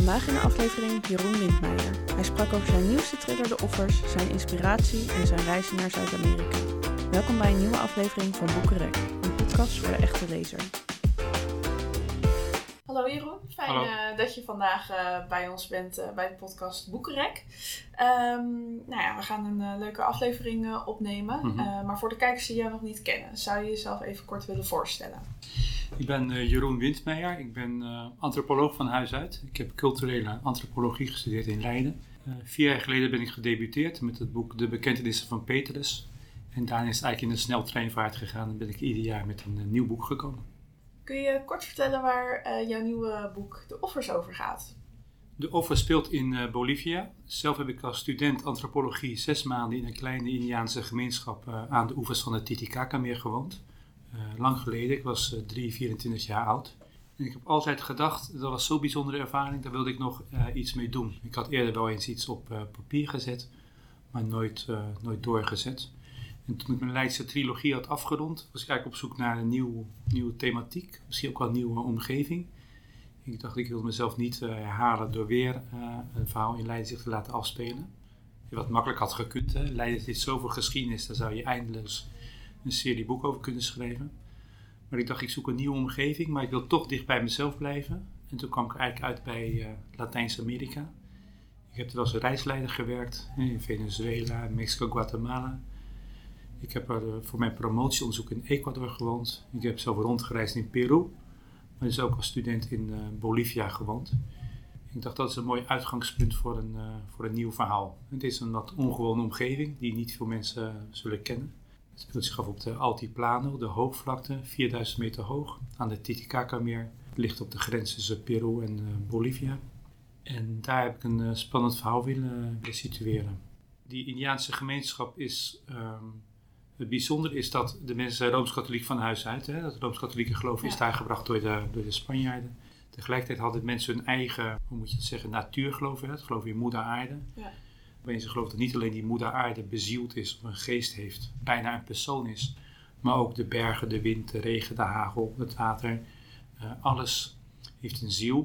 Vandaag in de aflevering Jeroen Windmeijer. Hij sprak over zijn nieuwste thriller De Offers, zijn inspiratie en zijn reizen naar Zuid-Amerika. Welkom bij een nieuwe aflevering van Boekenrek, een podcast voor de echte lezer. Hallo Jeroen, fijn dat je vandaag bij ons bent bij de podcast Boekenrek. We gaan een leuke aflevering opnemen, maar voor de kijkers die jou nog niet kennen, zou je jezelf even kort willen voorstellen? Ik ben Jeroen Windmeijer, ik ben antropoloog van huis uit. Ik heb culturele antropologie gestudeerd in Leiden. 4 jaar geleden ben ik gedebuteerd met het boek De Bekentenissen van Petrus. En daarna is het eigenlijk in een sneltreinvaart gegaan en ben ik ieder jaar met een nieuw boek gekomen. Kun je kort vertellen waar jouw nieuwe boek De Offers over gaat? De Offers speelt in Bolivia. Zelf heb ik als student antropologie 6 maanden in een kleine Indiaanse gemeenschap aan de oevers van het Titicacameer gewoond. Lang geleden, ik was 24 jaar oud. En ik heb altijd gedacht, dat was zo'n bijzondere ervaring, daar wilde ik nog iets mee doen. Ik had eerder wel eens iets op papier gezet, maar nooit doorgezet. En toen ik mijn Leidse trilogie had afgerond, was ik eigenlijk op zoek naar een nieuwe thematiek. Misschien ook wel een nieuwe omgeving. Ik dacht, ik wil mezelf niet herhalen door weer een verhaal in Leiden zich te laten afspelen. Wat makkelijk had gekund. Hè. Leiden heeft zoveel geschiedenis, daar zou je eindeloos een serie boeken over kunnen schrijven. Maar ik dacht, ik zoek een nieuwe omgeving, maar ik wil toch dicht bij mezelf blijven. En toen kwam ik eigenlijk uit bij Latijns-Amerika. Ik heb er als reisleider gewerkt in Venezuela, Mexico, Guatemala. Ik heb er voor mijn promotieonderzoek in Ecuador gewoond. Ik heb zelf rondgereisd in Peru, maar dus ook als student in Bolivia gewoond. Ik dacht, dat is een mooi uitgangspunt voor een nieuw verhaal. Het is een wat ongewone omgeving die niet veel mensen zullen kennen. Het speelt zich af op de Altiplano, de hoogvlakte, 4000 meter hoog, aan de Titicacameer. Het ligt op de grens tussen Peru en Bolivia. En daar heb ik een spannend verhaal willen situeren. Die Indiaanse gemeenschap is... Het bijzondere is dat de mensen zijn Rooms-Katholiek van huis uit. Hè? Dat Rooms-Katholieke geloof is daar gebracht door de Spanjaarden. Tegelijkertijd hadden mensen hun eigen, natuurgeloof. Hè? Het geloof in moeder aarde. Ja. Waarin ze geloven dat niet alleen die moeder aarde bezield is of een geest heeft, bijna een persoon is. Maar ook de bergen, de wind, de regen, de hagel, het water. Alles heeft een ziel.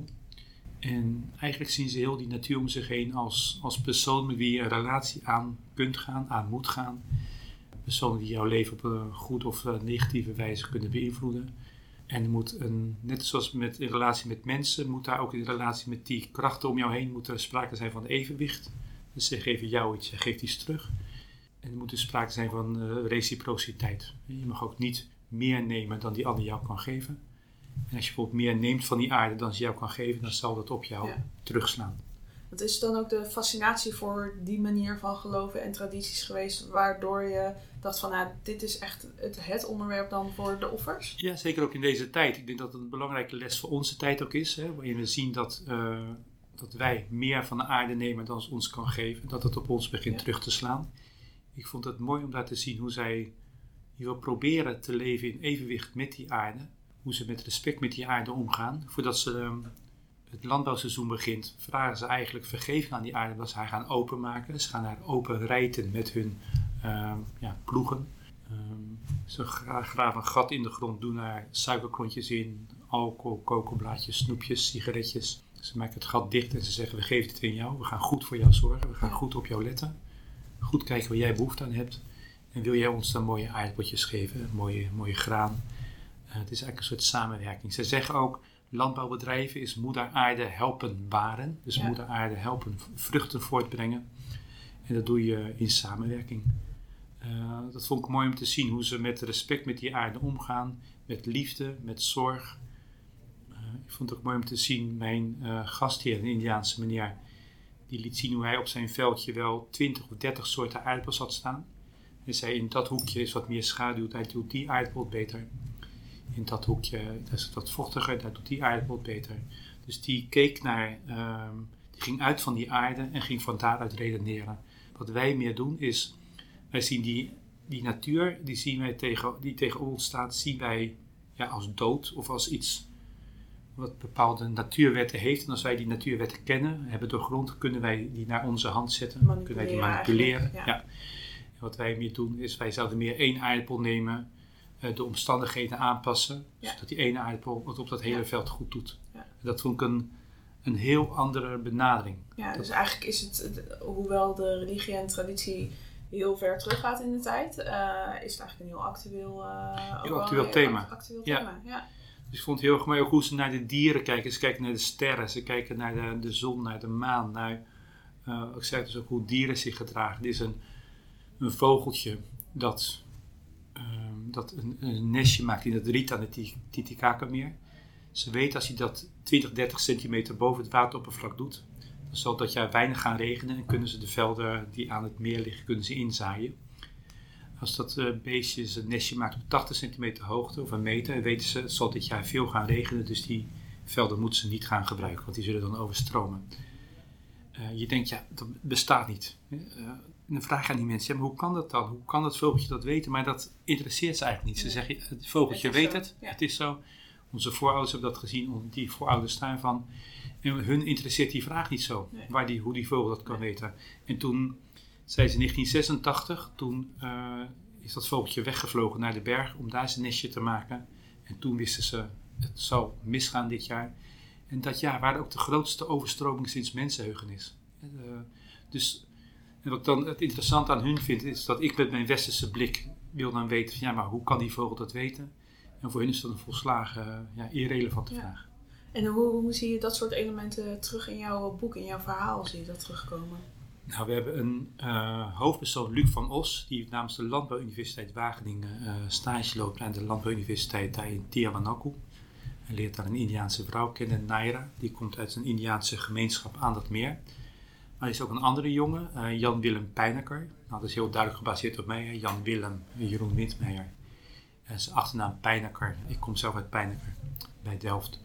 En eigenlijk zien ze heel die natuur om zich heen als persoon met wie je een relatie aan kunt gaan, aan moet gaan. Personen die jouw leven op een goede of negatieve wijze kunnen beïnvloeden. En er moet net zoals in relatie met mensen, moet daar ook in relatie met die krachten om jou heen moet er sprake zijn van evenwicht. Dus ze geven jou iets, je geeft iets terug. En er moet dus sprake zijn van reciprociteit. Je mag ook niet meer nemen dan die ander jou kan geven. En als je bijvoorbeeld meer neemt van die aarde dan ze jou kan geven, dan zal dat op jou terugslaan. Wat is dan ook de fascinatie voor die manier van geloven en tradities geweest, waardoor je dacht van, dit is echt het onderwerp dan voor de offers? Ja, zeker ook in deze tijd. Ik denk dat het een belangrijke les voor onze tijd ook is, hè, waarin we zien dat wij meer van de aarde nemen dan ze ons kan geven, dat het op ons begint terug te slaan. Ik vond het mooi om daar te zien hoe zij hier proberen te leven in evenwicht met die aarde, hoe ze met respect met die aarde omgaan, voordat ze het landbouwseizoen begint, vragen ze eigenlijk vergeving aan die aarde, dat ze haar gaan openmaken. Ze gaan haar open rijten met hun ploegen. Ze graven een gat in de grond, doen daar suikerklontjes in, alcohol, kokoblaadjes, snoepjes, sigaretjes. Ze maken het gat dicht en ze zeggen, we geven het in jou, we gaan goed voor jou zorgen, we gaan goed op jou letten. Goed kijken waar jij behoefte aan hebt. En wil jij ons dan mooie aardappeltjes geven, mooie graan. Het is eigenlijk een soort samenwerking. Ze zeggen ook, landbouwbedrijven is moeder aarde helpen baren. Dus moeder aarde helpen vruchten voortbrengen. En dat doe je in samenwerking. Dat vond ik mooi om te zien hoe ze met respect met die aarde omgaan. Met liefde, met zorg. Ik vond het ook mooi om te zien, mijn gastheer, een Indiaanse meneer, die liet zien hoe hij op zijn veldje wel 20 of 30 soorten aardappels had staan. Hij zei, in dat hoekje is wat meer schaduw, daar doet die aardappel beter. In dat hoekje, dat is wat vochtiger, daar doet die aardappel beter. Dus die keek naar, die ging uit van die aarde en ging van daaruit redeneren. Wat wij meer doen is, wij zien die natuur, die zien wij die tegen ons staat, zien wij als dood of als iets wat bepaalde natuurwetten heeft. En als wij die natuurwetten kennen, hebben doorgrond, kunnen wij die naar onze hand zetten. Kunnen wij die manipuleren. Ja. En wat wij meer doen is, wij zouden meer 1 aardappel nemen, de omstandigheden aanpassen, zodat die ene aardappel het op dat hele veld goed doet. Ja. Dat vond ik een heel andere benadering. Ja, dus eigenlijk is het, hoewel de religie en traditie heel ver teruggaat in de tijd, is het eigenlijk een heel actueel thema. Ja. Dus ik vond het heel erg mooi ook hoe ze naar de dieren kijken. Ze kijken naar de sterren, ze kijken naar de zon, naar de maan. Naar, ik zei dus ook hoe dieren zich gedragen. Er is een vogeltje dat een nestje maakt in het riet aan het Titicacameer. Ze weten als hij dat 20, 30 centimeter boven het wateroppervlak doet, dan zal dat jaar weinig gaan regenen en kunnen ze de velden die aan het meer liggen, kunnen ze inzaaien. Als dat beestje zijn nestje maakt op 80 centimeter hoogte of een meter, weten ze het zal dit jaar veel gaan regenen, dus die velden moeten ze niet gaan gebruiken, want die zullen dan overstromen. Je denkt, ja, dat bestaat niet. En dan vraag je aan die mensen, ja, maar hoe kan dat dan? Hoe kan dat vogeltje dat weten? Maar dat interesseert ze eigenlijk niet. Ze zeggen, het vogeltje weet het, het is zo. Onze voorouders hebben dat gezien, die voorouders daarvan. En hun interesseert die vraag niet zo, hoe die vogel dat kan weten. En toen, zei ze in 1986, toen is dat vogeltje weggevlogen naar de berg om daar zijn nestje te maken. En toen wisten ze, het zal misgaan dit jaar. En dat jaar waren ook de grootste overstromingen sinds mensenheugenis. Dus en wat ik dan het interessante aan hun vind, is dat ik met mijn westerse blik wil dan weten, ja, maar hoe kan die vogel dat weten? En voor hun is dat een volslagen irrelevante vraag. En hoe zie je dat soort elementen terug in jouw boek, in jouw verhaal, zie je dat terugkomen? Nou, we hebben een hoofdpersoon, Luc van Os, die namens de Landbouwuniversiteit Wageningen stage loopt aan de Landbouwuniversiteit daar in Tiahuanaco. Hij leert daar een Indiaanse vrouw kennen, Naira. Die komt uit een Indiaanse gemeenschap aan dat meer. Maar er is ook een andere jongen, Jan Willem Pijnacker. Nou, dat is heel duidelijk gebaseerd op mij, Jan Willem Jeroen Windmeijer. Zijn achternaam Pijnacker. Ik kom zelf uit Pijnacker, bij Delft.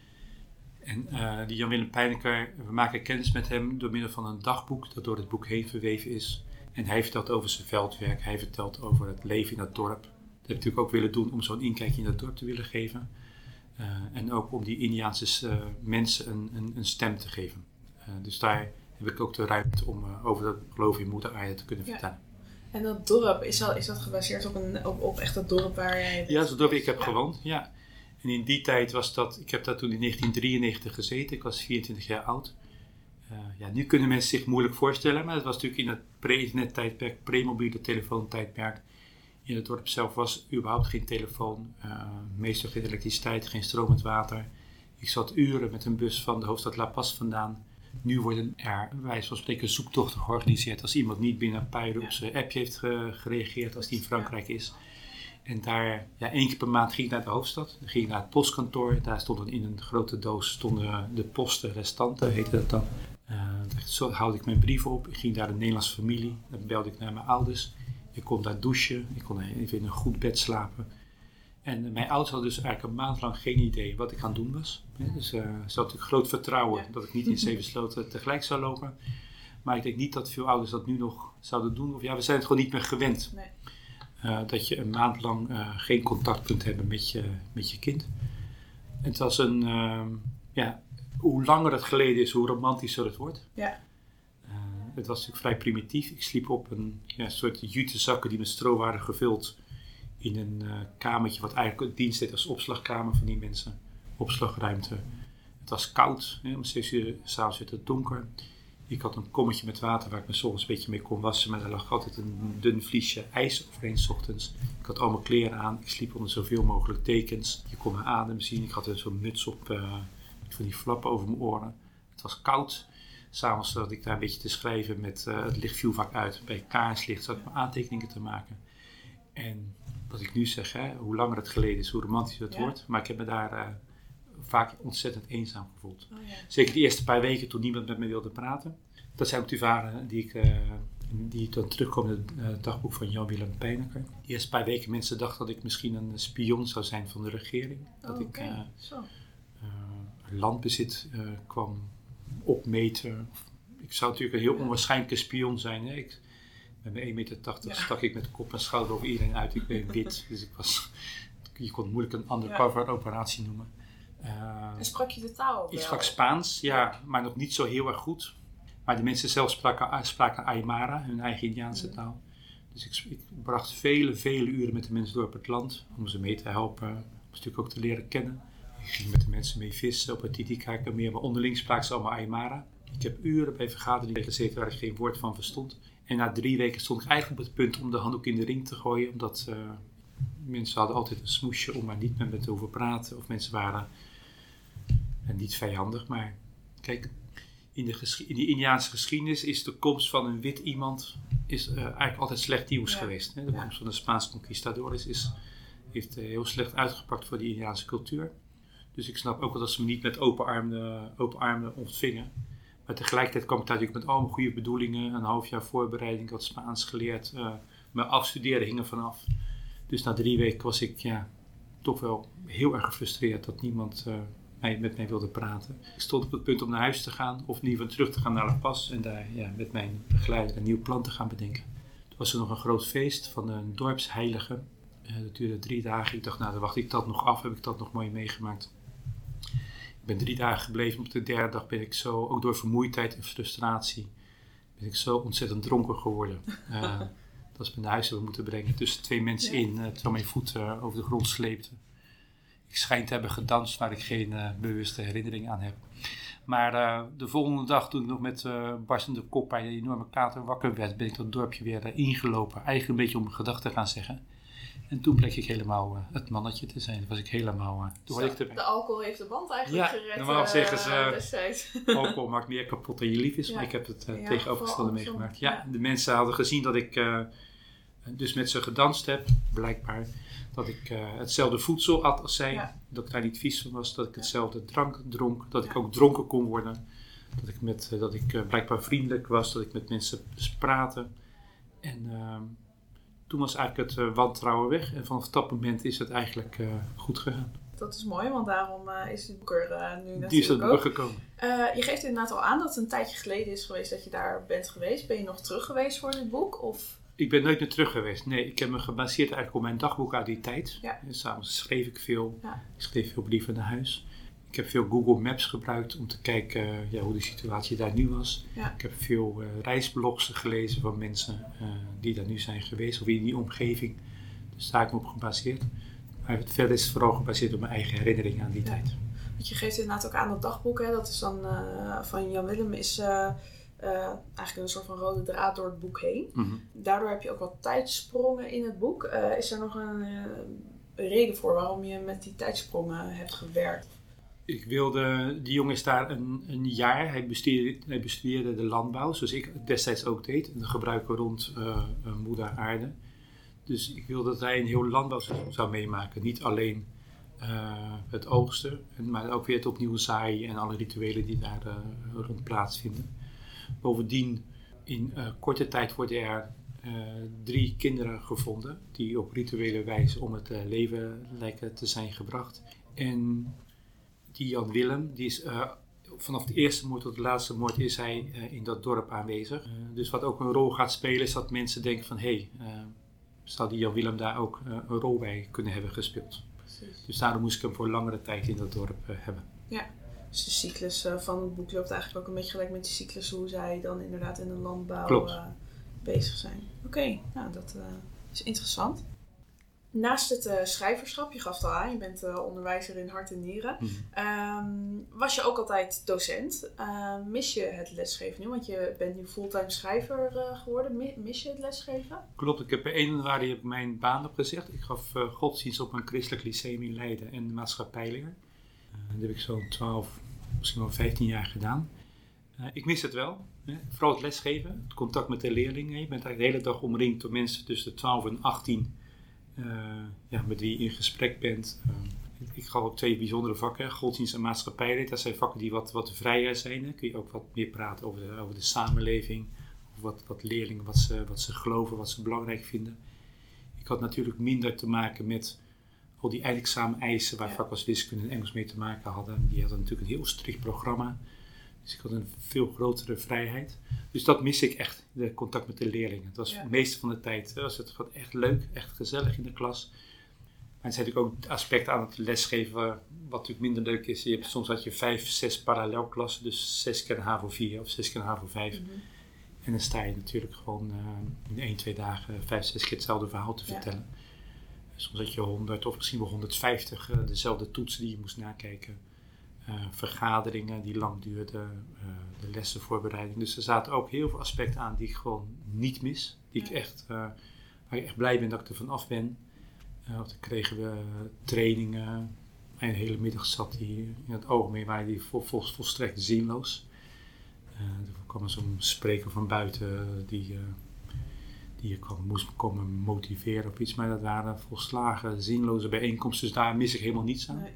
En die Jan Willem Pijnacker, we maken kennis met hem door middel van een dagboek dat door het boek heen verweven is. En hij vertelt over zijn veldwerk, hij vertelt over het leven in dat dorp. Dat heb ik natuurlijk ook willen doen om zo'n inkijkje in dat dorp te willen geven. En ook om die Indiaanse mensen een stem te geven. Dus daar heb ik ook de ruimte om over dat geloof in Moeder Aarde te kunnen vertellen. En dat dorp, is dat gebaseerd op echt dat dorp waar jij... Ja, dat is het dorp waar ik heb gewoond, ja. En in die tijd was dat, ik heb daar toen in 1993 gezeten, ik was 24 jaar oud. Nu kunnen mensen zich moeilijk voorstellen, maar het was natuurlijk in het pre-internet tijdperk, pre-mobiele telefoontijdperk. In het dorp zelf was überhaupt geen telefoon, meestal geen elektriciteit, geen stromend water. Ik zat uren met een bus van de hoofdstad La Paz vandaan. Nu worden er, bij wijze van spreken, zoektochten georganiseerd als iemand niet binnen een paar uur op zijn appje heeft gereageerd als die in Frankrijk is. En daar, 1 keer per maand ging ik naar de hoofdstad. Dan ging ik naar het postkantoor. Daar stonden in een grote doos de posten restanten, heette dat dan. Zo haalde ik mijn brieven op. Ik ging naar de Nederlandse familie. Dan belde ik naar mijn ouders. Ik kon daar douchen. Ik kon even in een goed bed slapen. En mijn ouders hadden dus eigenlijk een maand lang geen idee wat ik aan het doen was. Dus ze hadden natuurlijk groot vertrouwen dat ik niet in 7 sloten tegelijk zou lopen. Maar ik denk niet dat veel ouders dat nu nog zouden doen. Of we zijn het gewoon niet meer gewend. Nee. Dat je een maand lang geen contact kunt hebben met je kind. En het was hoe langer het geleden is, hoe romantischer het wordt. Ja. Het was natuurlijk vrij primitief. Ik sliep op een soort jute zakken die met stro waren gevuld. In een kamertje wat eigenlijk het dienst deed als opslagkamer van die mensen. Opslagruimte. Het was koud. Om 6 uur 's avonds werd het donker. Ik had een kommetje met water waar ik me 's ochtends een beetje mee kon wassen. Maar er lag altijd een dun vliesje ijs overheen 's ochtends. Ik had allemaal kleren aan. Ik sliep onder zoveel mogelijk dekens. Je kon mijn adem zien. Ik had zo'n muts op met van die flappen over mijn oren. Het was koud. S'avonds zat ik daar een beetje te schrijven met het licht viel vaak uit. Bij kaarslicht zat ik mijn aantekeningen te maken. En wat ik nu zeg, hoe langer het geleden is, hoe romantischer het wordt. Maar ik heb me daar vaak ontzettend eenzaam gevoeld. Oh, ja. Zeker de eerste paar weken toen niemand met me wilde praten. Dat zijn ook die verhalen die dan terugkomen in het dagboek van Jan Willem Pijnacker. De eerste paar weken mensen dachten dat ik misschien een spion zou zijn van de regering. Dat ik landbezit kwam opmeten. Ik zou natuurlijk een heel onwaarschijnlijke spion zijn. Met mijn 1,80 meter stak ik met kop en schouder over iedereen uit. Ik ben wit, dus je kon het moeilijk een undercover operatie noemen. En sprak je de taal? Ik sprak Spaans, maar nog niet zo heel erg goed. Maar de mensen zelf spraken Aymara, hun eigen Indiaanse taal. Dus ik bracht vele uren met de mensen door op het land om ze mee te helpen. Om ze natuurlijk ook te leren kennen. Ik Ik ging met de mensen mee vissen op het Titicacameer, maar onderling spraken ze allemaal Aymara. Ik heb uren bij vergaderingen gezeten waar ik geen woord van verstond. En na 3 weken stond ik eigenlijk op het punt om de handdoek in de ring te gooien, omdat mensen hadden altijd een smoesje om maar niet met me te over praten. Of mensen waren niet vijandig, maar kijk, in die Indiaanse geschiedenis is de komst van een wit iemand eigenlijk altijd slecht nieuws geweest. Hè? De komst van de Spaanse conquistadores heeft heel slecht uitgepakt voor die Indiaanse cultuur. Dus ik snap ook wel dat ze me niet met open armen ontvingen. Maar tegelijkertijd kwam ik daar natuurlijk met allemaal goede bedoelingen. Een half jaar voorbereiding, ik had Spaans geleerd. Mijn afstuderen hing er vanaf. Dus na 3 weken was ik toch wel heel erg gefrustreerd dat niemand met mij wilde praten. Ik stond op het punt om naar huis te gaan of in ieder geval terug te gaan naar La Paz en daar met mijn begeleider een nieuw plan te gaan bedenken. Toen was er nog een groot feest van een dorpsheilige. Dat duurde 3 dagen. Ik dacht, dan wacht ik dat nog af, heb ik dat nog mooi meegemaakt. Ik ben 3 dagen gebleven. Op de 3e dag ben ik zo, ook door vermoeidheid en frustratie, ben ik zo ontzettend dronken geworden. Dat ze me naar huis hebben moeten brengen. Tussen 2 mensen in, terwijl mijn voeten over de grond sleepten. Ik schijn te hebben gedanst waar ik geen bewuste herinnering aan heb. Maar de volgende dag, toen ik nog met barstende kop bij een enorme kater wakker werd, ben ik dat dorpje weer ingelopen. Eigenlijk een beetje om mijn gedachten te gaan zeggen. En toen bleek ik helemaal het mannetje te zijn. Was ik helemaal... De alcohol heeft de band eigenlijk gered. Normaal zeggen ze, alcohol maakt meer kapot dan je lief is. Maar ik heb het tegenovergestelde meegemaakt. De mensen hadden gezien dat ik dus met ze gedanst heb, blijkbaar. Dat ik hetzelfde voedsel at als zij. Dat ik daar niet vies van was. Dat ik hetzelfde drank dronk. Dat ik ook dronken kon worden. Dat ik blijkbaar vriendelijk was. Dat ik met mensen praatte. En toen was eigenlijk het wantrouwen weg. En vanaf dat moment is het eigenlijk goed gegaan. Dat is mooi, want daarom is het boek er nu natuurlijk Die is het boek ook gekomen. Je geeft inderdaad al aan dat het een tijdje geleden is geweest dat je daar bent geweest. Ben je nog terug geweest voor dit boek? Of? Ik ben nooit meer terug geweest. Nee, ik heb me gebaseerd eigenlijk op mijn dagboek uit die tijd. Ja. En 's avonds schreef ik veel. Ja. Ik schreef veel brieven naar huis. Ik heb veel Google Maps gebruikt om te kijken hoe de situatie daar nu was. Ja. Ik heb veel reisblogs gelezen van mensen die daar nu zijn geweest of in die omgeving. Dus daar heb ik me op gebaseerd. Maar verder is het vooral gebaseerd op mijn eigen herinneringen aan die tijd. Want je geeft inderdaad ook aan dat dagboek. Hè? Dat is dan van Jan Willem is eigenlijk een soort van rode draad door het boek heen. Mm-hmm. Daardoor heb je ook wat tijdsprongen in het boek. Is er nog een reden voor waarom je met die tijdsprongen hebt gewerkt? Ik wilde, die jongen is daar een jaar, hij bestudeerde de landbouw, zoals ik destijds ook deed, en de gebruiken rond moeder aarde. Dus ik wilde dat hij een heel landbouwseizoen zou meemaken. Niet alleen het oogsten, maar ook weer het opnieuw zaaien en alle rituelen die daar rond plaatsvinden. Bovendien, in korte tijd worden er 3 kinderen gevonden die op rituele wijze om het leven lijken te zijn gebracht. En die Jan Willem, die is vanaf de eerste moord tot de laatste moord is hij in dat dorp aanwezig. Dus wat ook een rol gaat spelen is dat mensen denken van zou die Jan Willem daar ook een rol bij kunnen hebben gespeeld. Precies. Dus daarom moest ik hem voor langere tijd in dat dorp hebben. Ja, dus de cyclus van het boek loopt eigenlijk ook een beetje gelijk met die cyclus hoe zij dan inderdaad in de landbouw bezig zijn. Oké, nou dat is interessant. Naast het schrijverschap, je gaf het al aan, je bent onderwijzer in hart en nieren. Mm-hmm. Was je ook altijd docent? Mis je het lesgeven nu? Want je bent nu fulltime schrijver geworden. Mis je het lesgeven? Klopt, ik heb per 1 januari mijn baan opgezegd. Ik gaf godsdienst op een christelijk lyceum in Leiden en maatschappijleer. Dat heb ik zo'n 12, misschien wel 15 jaar gedaan. Ik mis het wel. Vooral het lesgeven, het contact met de leerlingen. Je bent eigenlijk de hele dag omringd door mensen tussen de 12 en 18... met wie je in gesprek bent. Ik gaf ook 2 bijzondere vakken, godsdienst en maatschappijleer. Dat zijn vakken die wat vrijer zijn. Hè. Kun je ook wat meer praten over de samenleving. Of wat leerlingen, wat ze geloven, wat ze belangrijk vinden. Ik had natuurlijk minder te maken met al die eindexamen-eisen waar vakken als wiskunde en Engels mee te maken hadden. Die hadden natuurlijk een heel strikt programma. Dus ik had een veel grotere vrijheid. Dus dat mis ik echt, de contact met de leerlingen. Het was de meeste van de tijd was het gewoon echt leuk, echt gezellig in de klas. Maar er zijn natuurlijk ook aspecten aan het lesgeven wat natuurlijk minder leuk is. Soms had je 5, 6 parallelklassen, dus 6 keer een HAVO 4 of 6 keer een HAVO 5. Mm-hmm. En dan sta je natuurlijk gewoon in 1, 2 dagen 5, 6 keer hetzelfde verhaal te vertellen. Soms had je 100 of misschien wel 150 dezelfde toetsen die je moest nakijken. Vergaderingen die lang duurden, de lessenvoorbereiding. Dus er zaten ook heel veel aspecten aan die ik gewoon niet mis. Die ik waar ik echt blij ben dat ik er van af ben. Dan kregen we trainingen. Een hele middag zat die in het oog waren die volstrekt zinloos. Er kwam zo'n spreker van buiten die moest komen motiveren of iets. Maar dat waren volslagen zinloze bijeenkomsten. Dus daar mis ik helemaal niets aan. Nee.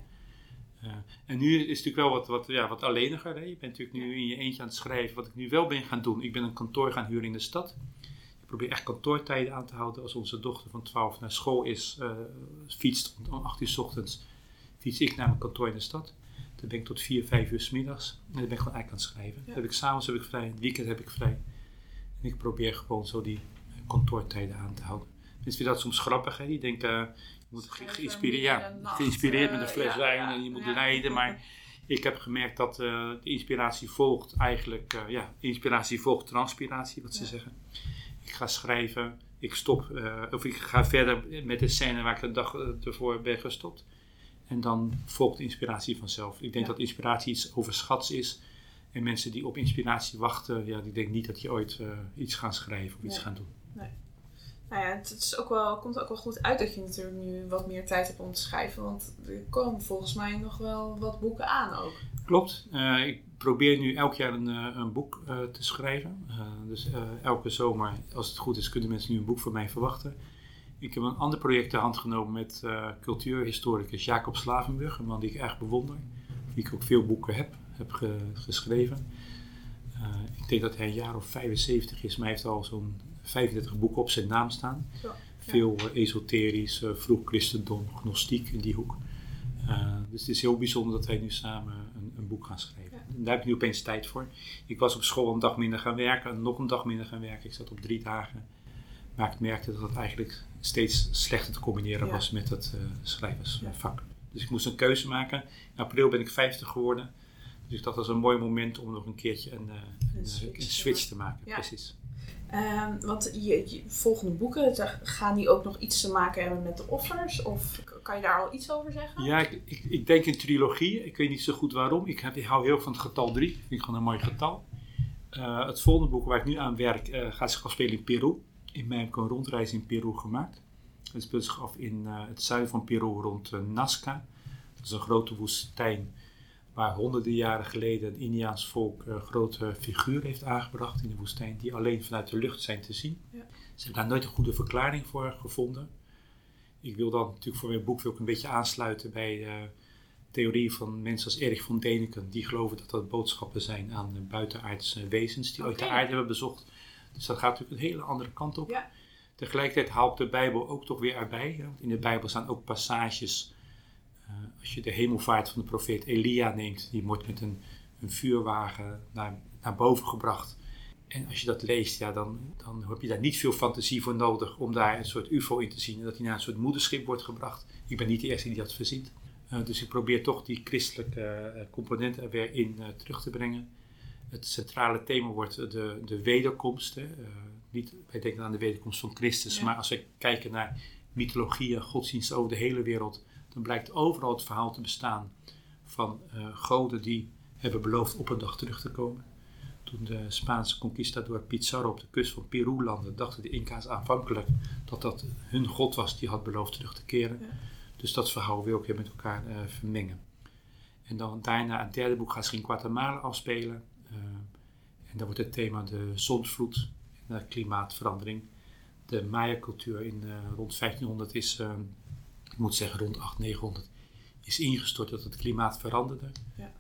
En nu is het natuurlijk wel wat alleniger. Hè? Je bent natuurlijk nu in je eentje aan het schrijven. Wat ik nu wel ben gaan doen. Ik ben een kantoor gaan huren in de stad. Ik probeer echt kantoortijden aan te houden. Als onze dochter van 12 naar school is, fietst om 8 uur 's ochtends. Fiets ik naar mijn kantoor in de stad. Dan ben ik tot 4, 5 uur 's middags. En dan ben ik gewoon eigenlijk aan het schrijven. Ja. Dan heb ik 's avonds vrij. Het weekend heb ik vrij. En ik probeer gewoon zo die kantoortijden aan te houden. Mensen vinden dat soms grappig. Hè? Die denken, je moet geïnspireerd met een fles wijn en je moet leiden. Maar ik heb gemerkt dat de inspiratie volgt eigenlijk, inspiratie volgt transpiratie, wat ze zeggen. Ik ga schrijven, ik stop, of ik ga verder met de scène waar ik de dag ervoor ben gestopt. En dan volgt de inspiratie vanzelf. Ik denk dat inspiratie iets overschats is. En mensen die op inspiratie wachten, die denken niet dat die ooit iets gaan schrijven of iets gaan doen. Nee. Nou ja, het is komt ook wel goed uit dat je natuurlijk nu wat meer tijd hebt om te schrijven. Want er komen volgens mij nog wel wat boeken aan ook. Klopt. Ik probeer nu elk jaar een boek te schrijven. Dus elke zomer, als het goed is, kunnen mensen nu een boek van mij verwachten. Ik heb een ander project ter hand genomen met cultuurhistoricus Jacob Slavenburg. Een man die ik erg bewonder. Die ik ook veel boeken heb geschreven. Ik denk dat hij een jaar of 75 is, maar hij heeft al zo'n 35 boeken op zijn naam staan. Ja. Veel esoterisch, vroeg christendom, gnostiek in die hoek. Dus het is heel bijzonder dat wij nu samen een boek gaan schrijven. Ja. En daar heb ik nu opeens tijd voor. Ik was op school een dag minder gaan werken en nog een dag minder gaan werken. Ik zat op 3 dagen. Maar ik merkte dat het eigenlijk steeds slechter te combineren was met het schrijversvak. Dus ik moest een keuze maken. In april ben ik 50 geworden. Dus ik dacht dat was een mooi moment om nog een keertje een switch te maken. Ja. Precies. Want je volgende boeken, gaan die ook nog iets te maken hebben met de offers? Of kan je daar al iets over zeggen? Ja, ik denk in trilogie. Ik weet niet zo goed waarom. Ik hou heel van het getal 3. Vind ik gewoon een mooi getal. Het volgende boek waar ik nu aan werk gaat zich afspelen in Peru. In mei heb ik een rondreis in Peru gemaakt. Het speelt zich af in het zuiden van Peru rond Nazca. Dat is een grote woestijn waar honderden jaren geleden een Indiaans volk een grote figuur heeft aangebracht in de woestijn, die alleen vanuit de lucht zijn te zien. Ja. Ze hebben daar nooit een goede verklaring voor gevonden. Ik wil dan natuurlijk voor mijn boek ook een beetje aansluiten bij de theorie van mensen als Erich von Däniken, die geloven dat dat boodschappen zijn aan buitenaardse wezens die ooit de aarde hebben bezocht. Dus dat gaat natuurlijk een hele andere kant op. Ja. Tegelijkertijd haalt de Bijbel ook toch weer erbij. Ja? Want in de Bijbel staan ook passages. Als je de hemelvaart van de profeet Elia neemt, die wordt met een vuurwagen naar boven gebracht. En als je dat leest, dan heb je daar niet veel fantasie voor nodig om daar een soort ufo in te zien. En dat hij naar een soort moederschip wordt gebracht. Ik ben niet de eerste die dat verziet. Dus ik probeer toch die christelijke componenten er weer in terug te brengen. Het centrale thema wordt de wederkomst. Wij denken aan de wederkomst van Christus. Maar als we kijken naar mythologieën, godsdiensten over de hele wereld, dan blijkt overal het verhaal te bestaan van goden die hebben beloofd op een dag terug te komen. Toen de Spaanse conquistador Pizarro op de kust van Peru landde, dachten de Inca's aanvankelijk dat dat hun god was die had beloofd terug te keren. Ja. Dus dat verhaal wil ik weer met elkaar vermengen. En dan daarna het derde boek gaat zich in Guatemala afspelen. En dan wordt het thema de zondvloed en de klimaatverandering. De Maya-cultuur rond 1500 is, ik moet zeggen rond 800, 900, is ingestort dat het klimaat veranderde. Ja.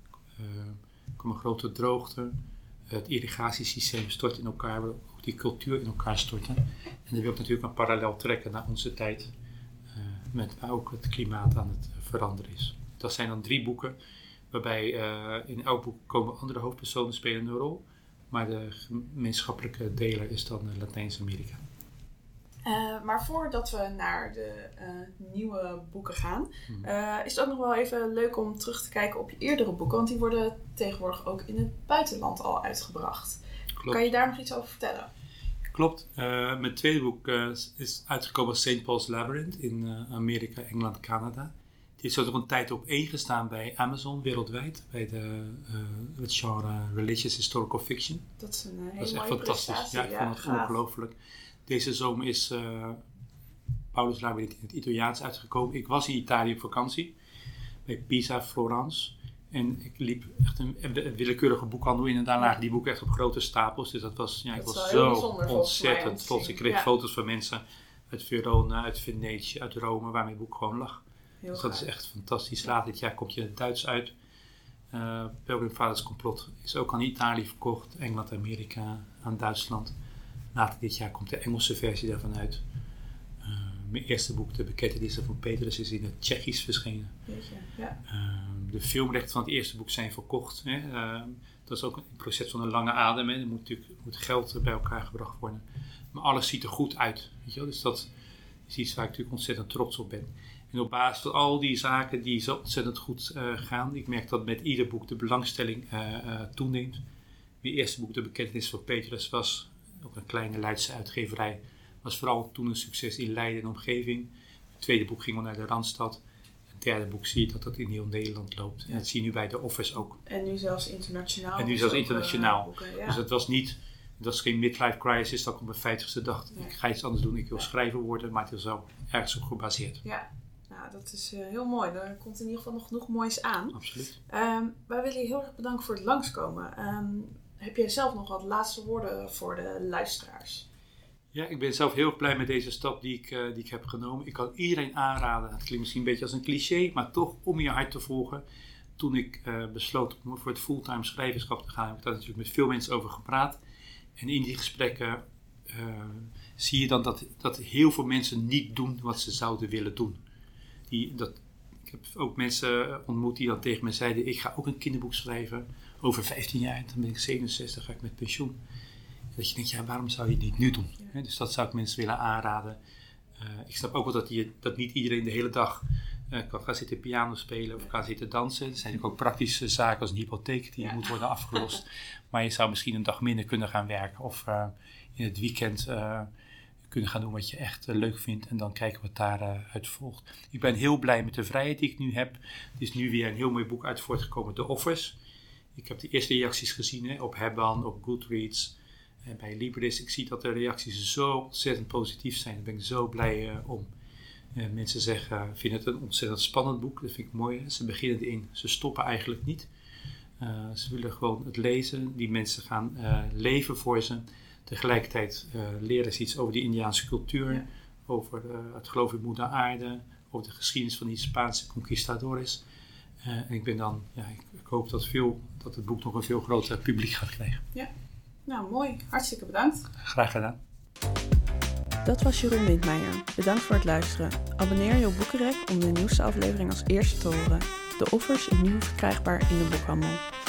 Er kwam een grote droogte. Het irrigatiesysteem stort in elkaar, ook die cultuur in elkaar storten. En dan wil ik natuurlijk een parallel trekken naar onze tijd, met waar ook het klimaat aan het veranderen is. Dat zijn dan 3 boeken, waarbij in elk boek komen andere hoofdpersonen spelen een rol. Maar de gemeenschappelijke deler is dan Latijns-Amerika. Maar voordat we naar de nieuwe boeken gaan, is het ook nog wel even leuk om terug te kijken op je eerdere boeken. Want die worden tegenwoordig ook in het buitenland al uitgebracht. Klopt. Kan je daar nog iets over vertellen? Klopt. Mijn tweede boek is uitgekomen als St. Paul's Labyrinth in Amerika, Engeland, Canada. Die heeft zo nog een tijd op 1 gestaan bij Amazon wereldwijd. Bij het genre Religious Historical Fiction. Dat is een hele Dat is echt mooie fantastisch. prestatie. Ja, ik vond het ongelooflijk. Deze zomer is Paulus Labyrinth in het Italiaans uitgekomen. Ik was in Italië op vakantie. Bij Pisa, Florence. En ik liep echt een willekeurige boekhandel in. En daar lagen die boeken echt op grote stapels. Dus dat was, ik was zo ontzettend trots. Ik kreeg foto's van mensen uit Verona, uit Venetië, uit Rome, waar mijn boek gewoon lag. Dus dat is echt fantastisch. Later dit jaar komt je in het Duits uit. Pelgrim Father's Complot is ook aan Italië verkocht. Engeland, Amerika, aan Duitsland. Later dit jaar komt de Engelse versie daarvan uit. Mijn eerste boek, De Bekentenis van Petrus, is in het Tsjechisch verschenen. Ja. De filmrechten van het eerste boek zijn verkocht. Hè. Dat is ook een proces van een lange adem. Hè. Er moet geld bij elkaar gebracht worden. Maar alles ziet er goed uit. Weet je wel? Dus dat is iets waar ik natuurlijk ontzettend trots op ben. En op basis van al die zaken die zo ontzettend goed gaan. Ik merk dat met ieder boek de belangstelling toeneemt. Mijn eerste boek, De Bekentenis van Petrus, was ook een kleine Leidse uitgeverij. Was vooral toen een succes in Leiden en omgeving. Het tweede boek ging al naar de Randstad. Het derde boek zie je dat dat in heel Nederland loopt. En dat zie je nu bij de Office ook. En nu zelfs internationaal. Boeken, Dus dat is geen midlife crisis dat ik op mijn 50ste dacht. Ik ga iets anders doen, ik wil schrijver worden. Maar het is wel ergens op gebaseerd. Ja, nou, dat is heel mooi. Er komt in ieder geval nog genoeg moois aan. Absoluut. Wij willen je heel erg bedanken voor het langskomen. Heb jij zelf nog wat laatste woorden voor de luisteraars? Ja, ik ben zelf heel erg blij met deze stap die ik heb genomen. Ik kan iedereen aanraden, het klinkt misschien een beetje als een cliché, maar toch om je hart te volgen. Toen ik besloot om voor het fulltime schrijverschap te gaan, heb ik daar natuurlijk met veel mensen over gepraat. En in die gesprekken zie je dan dat heel veel mensen niet doen wat ze zouden willen doen. Ik heb ook mensen ontmoet die dan tegen me zeiden, ik ga ook een kinderboek schrijven. Over 15 jaar, dan ben ik 67, ga ik met pensioen. Dat je denkt, waarom zou je het niet nu doen? Ja. Dus dat zou ik mensen willen aanraden. Ik snap ook wel dat niet iedereen de hele dag kan gaan zitten piano spelen of kan zitten dansen. Er zijn natuurlijk ook praktische zaken als een hypotheek die moet worden afgelost. Maar je zou misschien een dag minder kunnen gaan werken of in het weekend kunnen gaan doen wat je echt leuk vindt en dan kijken wat daaruit volgt. Ik ben heel blij met de vrijheid die ik nu heb. Er is nu weer een heel mooi boek uit voortgekomen, The Office. Ik heb de eerste reacties gezien op Hebban, op Goodreads. En bij Libris, ik zie dat de reacties zo ontzettend positief zijn. Daar ben ik zo blij om. Mensen zeggen, vinden het een ontzettend spannend boek. Dat vind ik mooi. Ze beginnen erin, ze stoppen eigenlijk niet. Ze willen gewoon het lezen. Die mensen gaan leven voor ze. Tegelijkertijd leren ze iets over de Indiaanse cultuur. Ja. Over het geloof in moeder aarde. Over de geschiedenis van die Spaanse conquistadores. En ik ben dan, ik hoop dat het boek nog een veel groter publiek gaat krijgen. Ja. Nou, mooi. Hartstikke bedankt. Graag gedaan. Dat was Jeroen Windmeijer. Bedankt voor het luisteren. Abonneer je op Boekenrek om de nieuwste aflevering als eerste te horen. De offers is nu verkrijgbaar in de boekhandel.